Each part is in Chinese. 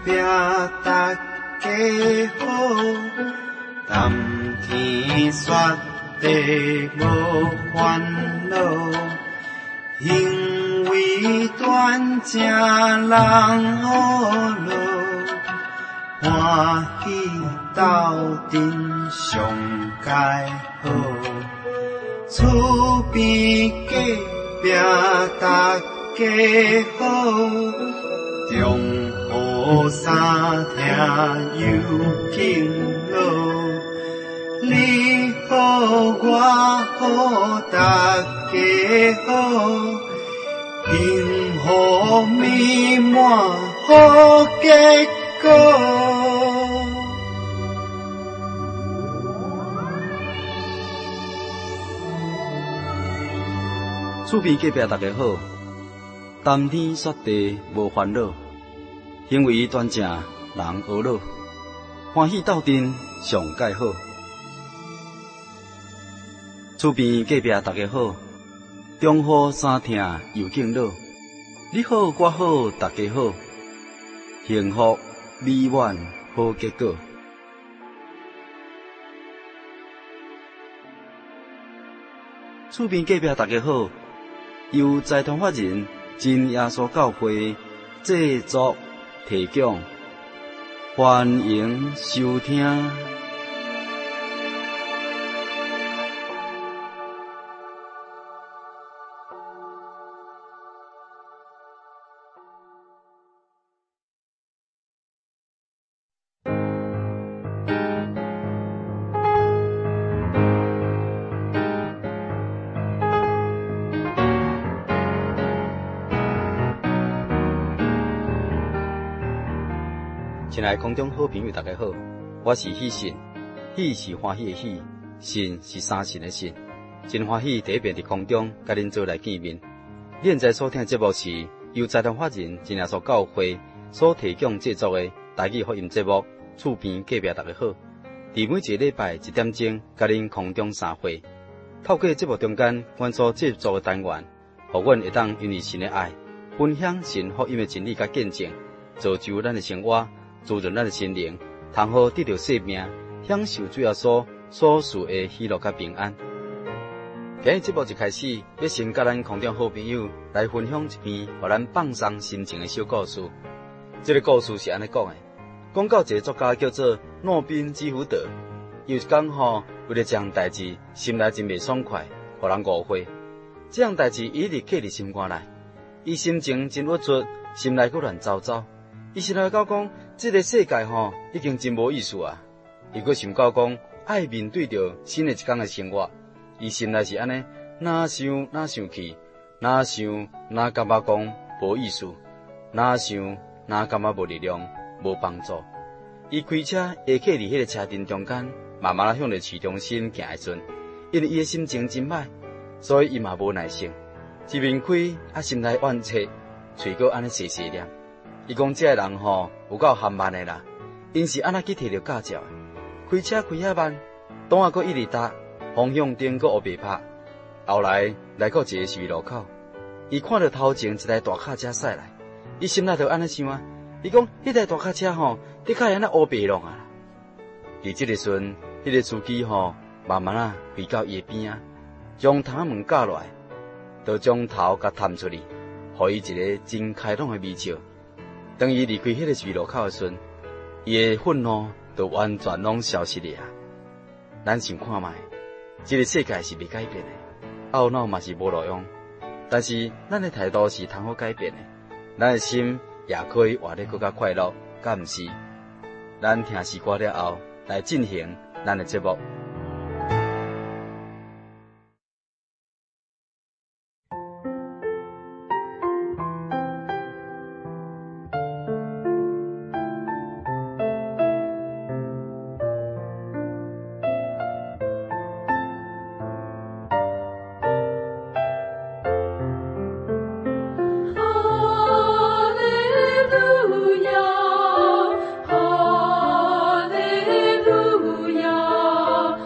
壁大家好，谈天说地无烦恼，因为断正人好路。欢喜斗阵上佳好，厝边隔壁大家好，中好三听又敬老，你好我好大家好，幸福美满好结果。 厝边隔壁大家好，谈天说地无烦恼，行为端正人和乐，欢喜斗阵上佳好。厝边隔壁大家好，中好三听又敬老，你好我好大家好，幸福美满好结果。厝边隔壁大家好，由财团法人真耶稣教会制作提供，欢迎收听。亲爱的空中好朋友，大家好，我是喜信，喜是欢喜的喜，信是三信的信，真欢喜第一遍伫空中甲恁做来见面。现在所听的节目是由财团法人真耶稣教会所提供制作的台语福音节目《厝边隔壁大家好》，伫每一个礼拜1点钟甲恁空中相会。透过节目中间阮所制作的单元，互阮会当因为神的爱，分享神福音的真理甲见证，造就咱的生活。滋润咱的心灵，通好得到生命，享受主耶稣所赐的喜乐甲平安。今日节目就开始，要先甲咱空中好朋友来分享一篇互咱放松心情的小故事。这个故事是安尼讲的：讲到一个作家叫做诺宾基福德，有一天为了一项代志，心内真袂爽快，互人误会。这项代志一直刻伫心肝内，伊心情真郁卒，心内佫乱糟糟。伊心内讲，这个世界已经真无意思啊！伊佫想到讲，爱面对着新的一天的生活，伊心内是安尼，哪想哪想去，哪想哪感觉讲无意思，哪想哪感觉无力量、无帮助。伊开车下客伫迄个车阵中间，慢慢向着市中心行的阵，因为伊的心情真歹，所以伊嘛无耐性，一面开心内怨切，嘴佫安尼细细念。伊讲这个人有够含慢的啦，因是安那去摕着驾照的，开车开遐慢，档啊佫一直踏，方向灯佫黑白拍。后来到一个十字路口，伊看到头前一台大卡车驶来，伊心内就安尼想啊，伊讲迄台大卡车的确安那黑白弄啊。伫这个阵，迄个司机慢慢回到伊的边啊，将窗门架落来，就将头甲探出去，互伊一个真开朗的微笑。当伊离开迄个十字路口的时，伊的愤怒就完全拢消失了啊！咱想看卖，这个世界是未改变的，懊恼嘛是无路用，但是咱的态度是通好改变的，咱的心也可以活得更加快乐，敢毋是？咱听诗歌了后，来进行咱的节目。 哈利路亚，哈利路亚。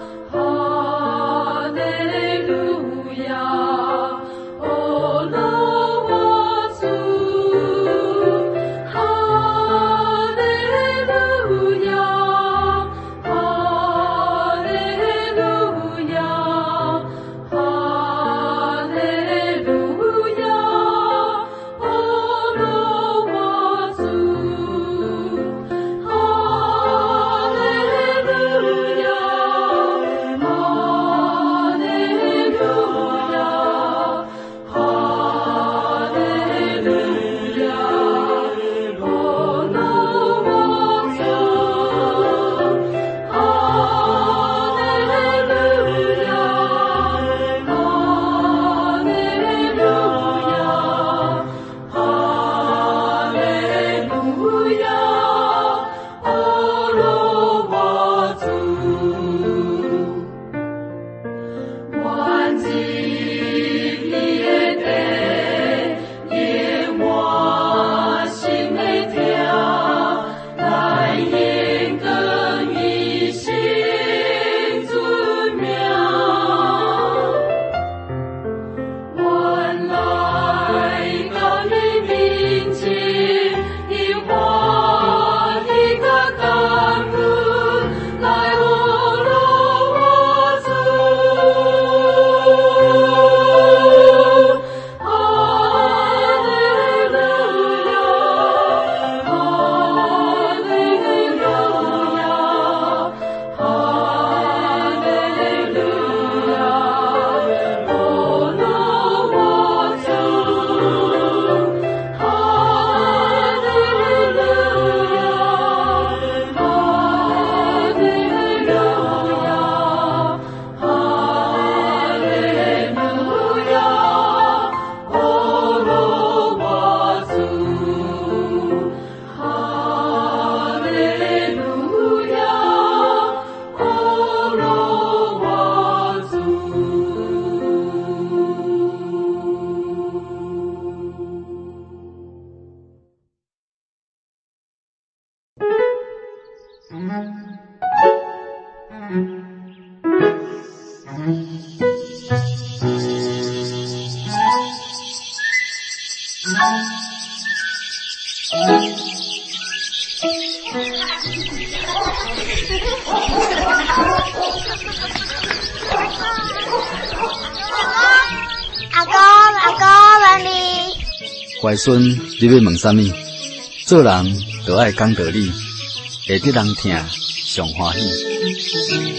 乖孙，你要问啥物？做人就爱讲道理，会得人听上欢喜。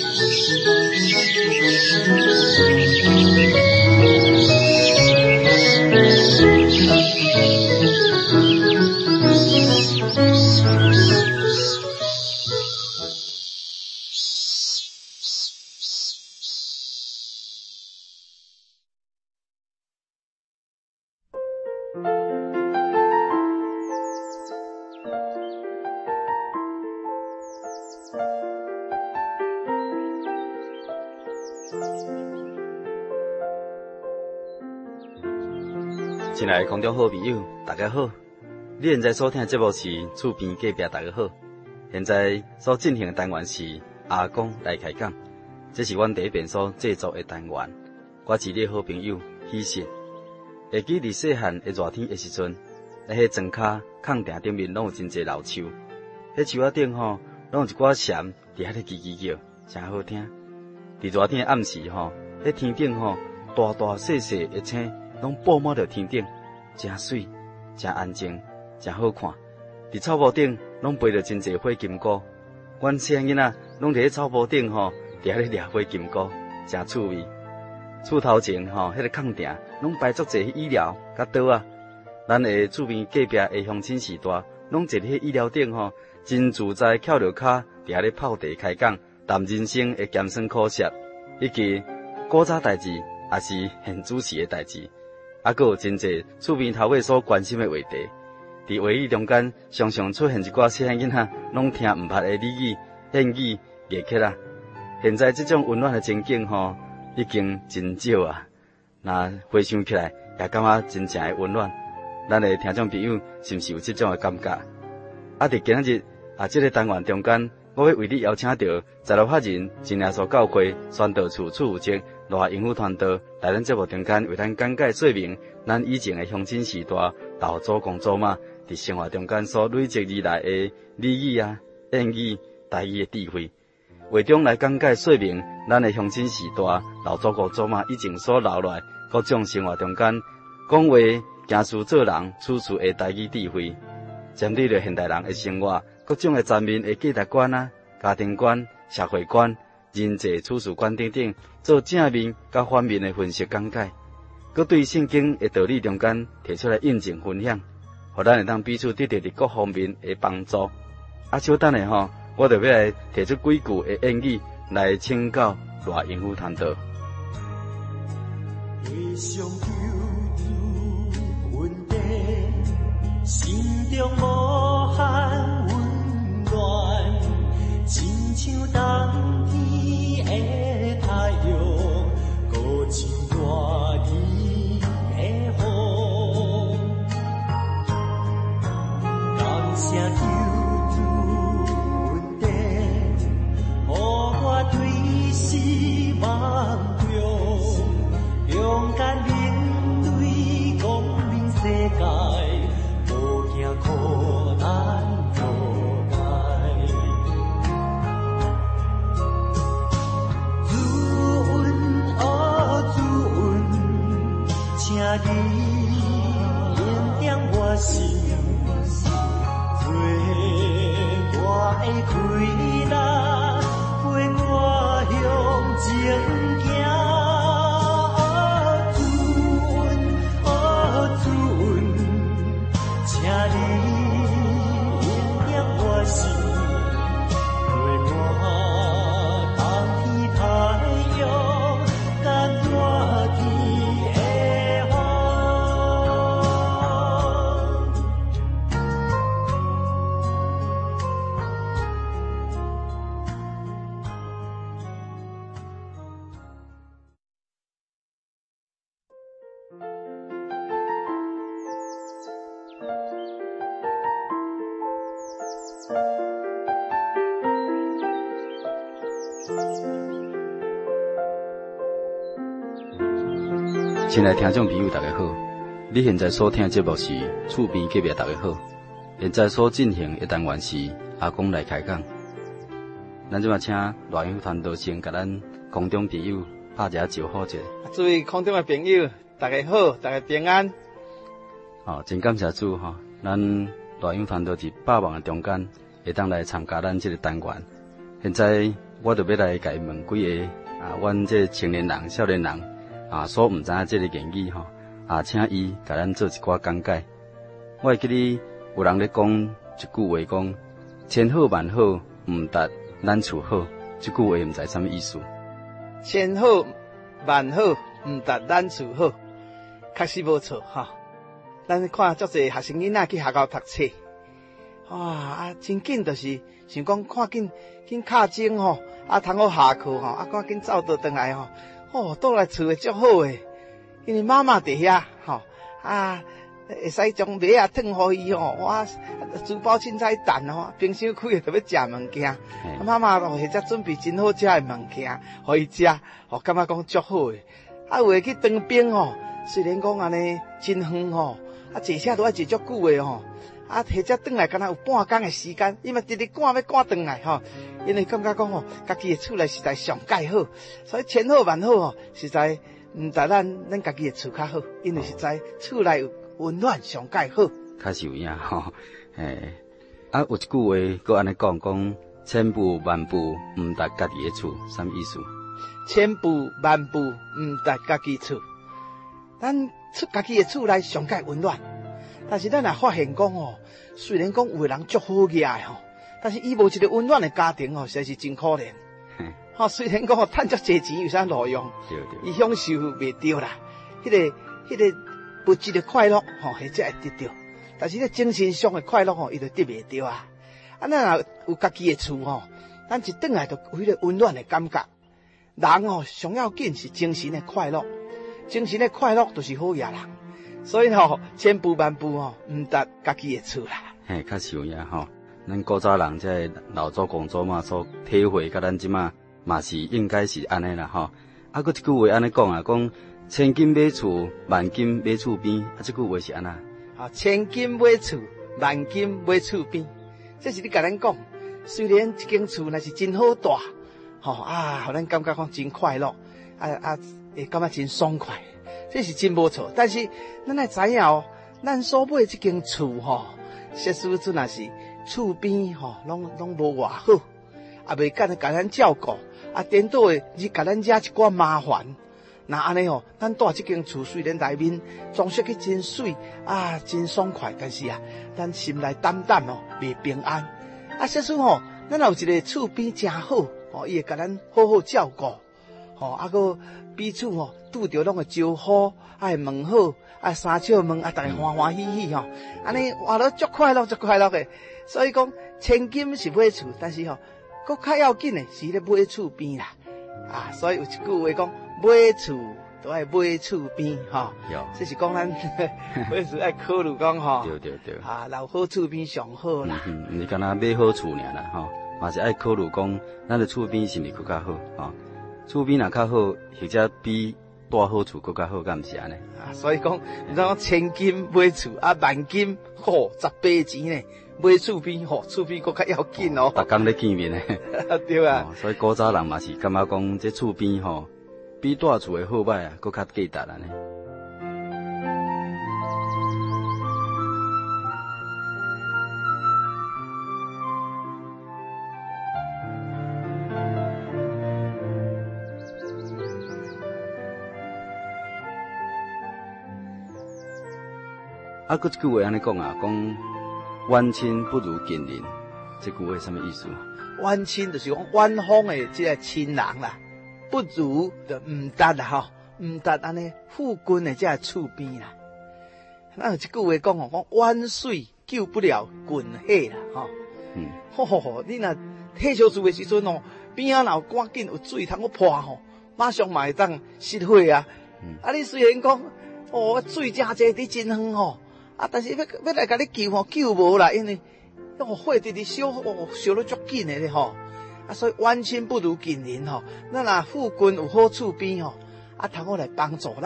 亲爱的空中好朋友，大家好！你现在所听的节目是厝边隔壁大家好。现在所进行的单元是阿公来开讲，这是阮第一遍所制作的单元。我是你的好朋友喜信。会记伫细汉的热天的时阵，那些庄骹空埕顶面拢有真侪老树，迄树仔顶拢有一寡蝉伫遐咧叽叽叫，真好听。伫热天的暗时迄天顶大大细细的星拢布满着天顶，真水，真安静，真好看。伫草坡顶拢飞着真侪火金菇，阮细汉囡仔拢伫咧草坡顶伫遐咧掠火金菇，真趣味。厝头前迄个空埕拢摆足侪椅料甲桌啊，咱的厝边隔壁的乡亲时代，拢坐伫迄椅料顶真自在，翘着骹伫遐咧泡茶开讲，谈人生的艰酸苦涩，以及古早代志，也是现主时的代志。还佫有真侪厝边头尾所关心的话题，伫话语中间常常出现一寡细汉囡仔拢听毋捌的俚语、谚语、艺曲啊。现在这种温暖的情景已经真少啊。那回想起来，也感觉真正的温暖。咱的听众朋友是毋是有这种的感觉？啊，伫今仔日这个单元中间，我要为你邀请到16法人真耶稣教会宣道处处负责罗英语传道来咱节目中间为咱讲解说明咱以前的乡亲时代老祖公祖妈伫生活中间所累积而来的俚语啊、谚语、台语的智慧，为中来讲解说明咱的乡亲时代老祖公祖妈以前所留来各种生活中间讲话、行事做人、处事的台语智慧，针对着现代人的生活各种的层面的价值观啊、家庭观、社会观、人际处事观等等，做正面甲反面的分析讲解，佮对圣经的道理中间提出来印证分享，互咱会当彼此得到伫各方面的帮助。稍等下我就要来提出几句的谚语来请教罗英语传道。 地上救主稳定，心中无限温暖，亲像冬天的太阳，高像大地的风。感谢救主稳定，予我对死亡中勇敢面对光明世界，无惊苦难无碍。主恩哦主恩，请你引点我心，做我的开路，陪我向前行。 亲爱的听众朋友，大家好！你现在所听的节目是厝边隔壁大家好。现在所进行的单元是阿公来开讲。咱即马请赖永团道先甲咱空中朋友拍一下招呼者。 诸位空中的朋友，大家好，大家平安。 真感谢主吼，咱赖永团道伫百忙的中间，会当来参加咱这个单元。现在我就要来甲伊问几个阮这青年人、少年人所毋知影这个言语吼请伊甲咱做一寡讲解。我会记得有人咧讲一句话讲，千好万好，毋达咱厝好。这句话毋知什么意思。 千好万好，毋达咱厝好，确实无错哈。咱看足侪学生囡仔去学校读册，真紧就是想讲看紧敲钟吼，通好下课吼，赶紧走倒转来吼，倒来厝诶足好诶，因为妈妈伫遐吼，会使将麦啊烫互伊吼，珠宝凊彩蛋吼，冰箱开特要食物件，妈妈或者准备真好食诶物件，互伊食，感觉讲足好诶。有诶去当兵吼，虽然讲安尼真远吼，坐车都要坐足久诶吼，或者转来敢若有半工诶时间，伊嘛直直赶要赶转来吼，因为感觉讲吼，家己诶厝内实在上介好，所以千好万好吼，实在毋但咱家己诶厝较好，因为实在厝内有温暖上介好。 确实有影吼，有一句话佮安尼讲，千步万步毋达家己诶厝，什么意思？ 千步万步毋达家己厝，咱家己诶厝内上介温暖。但是咱也发现讲虽然讲有个人足好个吼，但是伊无一个温暖的家庭实在是真可怜。虽然讲赚足侪钱有啥路用？伊享受袂到啦，迄个物质的快乐或者会得到，但是咧精神上的快乐伊就得袂到啊。咱若有家己的厝咱一转来就有迄个温暖的感觉。人上要紧是精神的快乐，精神的快乐就是好嘢人。所以千步万步毋达家己的厝啦。 确实有影吼，咱古早人这老祖公祖妈所体会，甲咱即马嘛是应该是安尼啦吼。佫一句话安尼讲千金买厝，万金买厝边，这句话是安那？ 千金买厝，万金买厝边，这是你甲咱讲。虽然一间厝若是真好大，互咱感觉讲真快乐，会感觉真爽快。这是真无错，但是咱要知影咱所买这间厝设施阵也是厝边拢无偌好，袂甲咱照顾，颠倒的是甲咱惹一寡麻烦。那安尼咱住这间厝虽然内面装饰去真水真爽快，但是咱心内淡淡袂平安。设施咱有一个厝边真好伊会甲咱好好照顾佫彼此拄着拢会招呼，会问好，三笑问，大家欢欢喜喜安尼活得足快乐足快乐的。所以讲千金是买厝，但是佫较要紧的是咧买厝边啦。所以有一句话讲，买厝都爱买厝边这是讲咱买厝爱考虑讲对， 留好厝边上好啦。 毋是干那买好厝尔啦嘛是爱考虑讲咱的厝边是毋是佫较好厝边若较好，或者比住好厝佫较好，敢毋是安尼？ 所以讲，你讲千金买厝万金十倍钱呢，买厝边厝边佫较要紧逐工咧见面对啊。 所以古早人嘛是感觉讲，这厝边比住厝的好歹佫较价值安尼。佫一句话安尼讲讲远亲不如近邻，这句话什么意思？ 远亲就是讲远方的这个亲人啦，不如就毋达啦毋达安尼附近的这个厝边啦。咱有一句话讲讲远水救不了近火啦你若退烧厝的时阵边仔若赶紧有水通泼马上嘛会当熄火你虽然讲水真济伫真远但是要来甲你救无啦，因为火直直烧烧得足紧的咧所以远亲不如近邻咱若附近有好厝边通好来帮助咱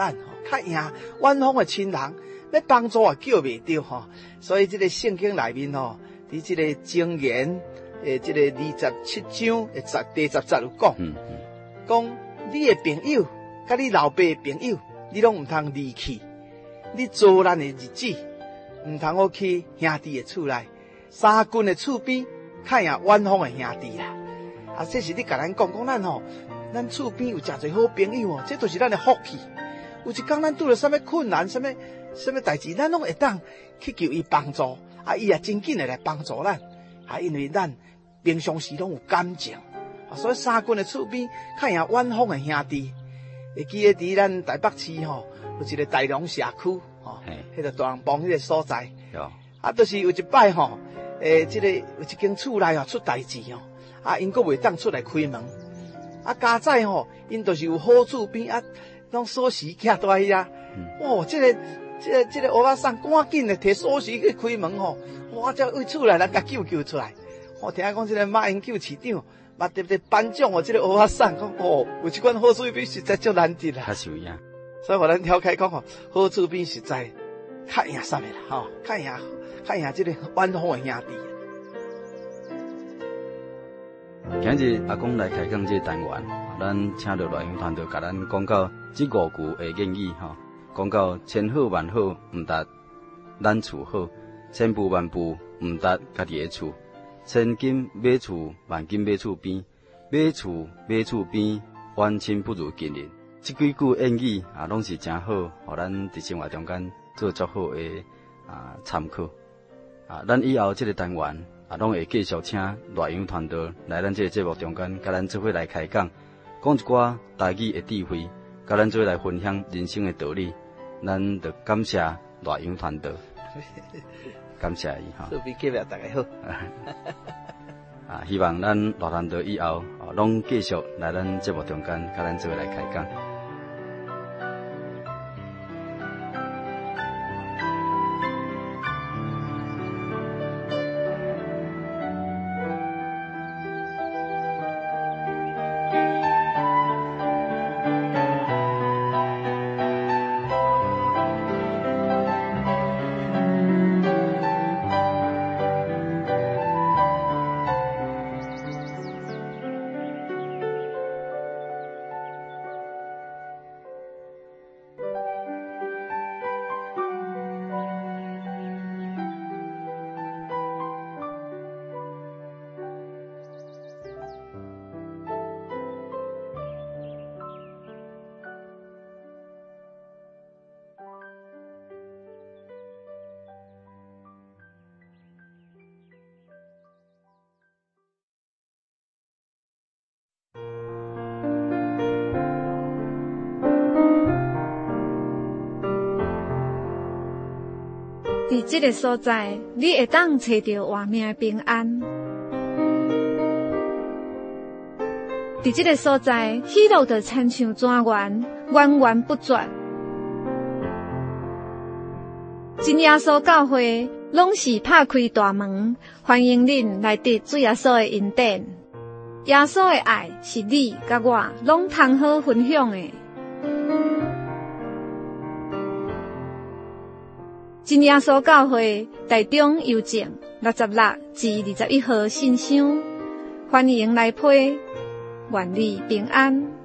较赢远方的亲人，要帮助也叫袂着吼。所以这个圣经内面吼，伫这个箴言这个27章第10节有讲，讲你的朋友，甲你老爸的朋友，你拢毋通离弃。你做咱的日子，毋通好去兄弟的厝内，三军的厝边，较赢远方的兄弟啦。啊，这是你甲咱讲咱吼，咱厝边有诚侪好朋友哦，这就是咱的福气。有一天咱拄着什么困难，什么代志，咱拢会当去求伊帮助，啊，伊也真紧的来帮助咱，啊，因为咱平常时拢有感情，啊，所以三军的厝边，较赢远方的兄弟。会记得伫咱台北市吼，有一个大龙社区吼，迄个大龙帮迄个所在，啊，就是有一摆吼，这个有一间厝内吼出代志哦，啊，因阁袂当出来开门，啊，家早吼，因就是有好厝边啊，拢锁匙徛在遐，哦，这个乌仔送赶紧的摕锁匙去开门吼，哇，才为厝内人甲救出来。我听讲这个马英九市长，嘛特别颁奖哦，这个乌仔送讲哦，有一款好厝边实在足难得啦。 较有影， 所以互咱调开讲吼，好厝边实在较赢啥物啦，吼，较赢这个远方的兄弟。 今日阿公来开讲这个单元，咱请到赖永团队甲咱讲到这5句的谚语吼，讲到千好万好毋值咱厝好，千步万步毋值家己的厝，千金买厝万金买厝边，买厝边，远亲不如近邻。这几句谚语啊，拢是真好，互咱伫生活中间做足好的参考。啊，咱以后这个单元啊，拢会继续请赖永团队来咱这个节目中间，甲咱做伙来开讲，讲一寡台语的智慧，甲咱做伙来分享人生的道理。咱就感谢赖永团队，感谢伊哈。 做比节目大家好。 啊，希望咱赖团队以后拢继续来咱节目中间，甲咱做伙来开讲。 伫这个所在，你会当找到活命的平安。伫这个所在，喜乐就亲像泉源，源源不绝。真耶稣教会拢是拍开大门，欢迎恁来得主耶稣的恩典。耶稣的爱是你甲我拢通好分享的。真耶稣教会台中邮政66至21号信箱，欢迎来批，愿你平安。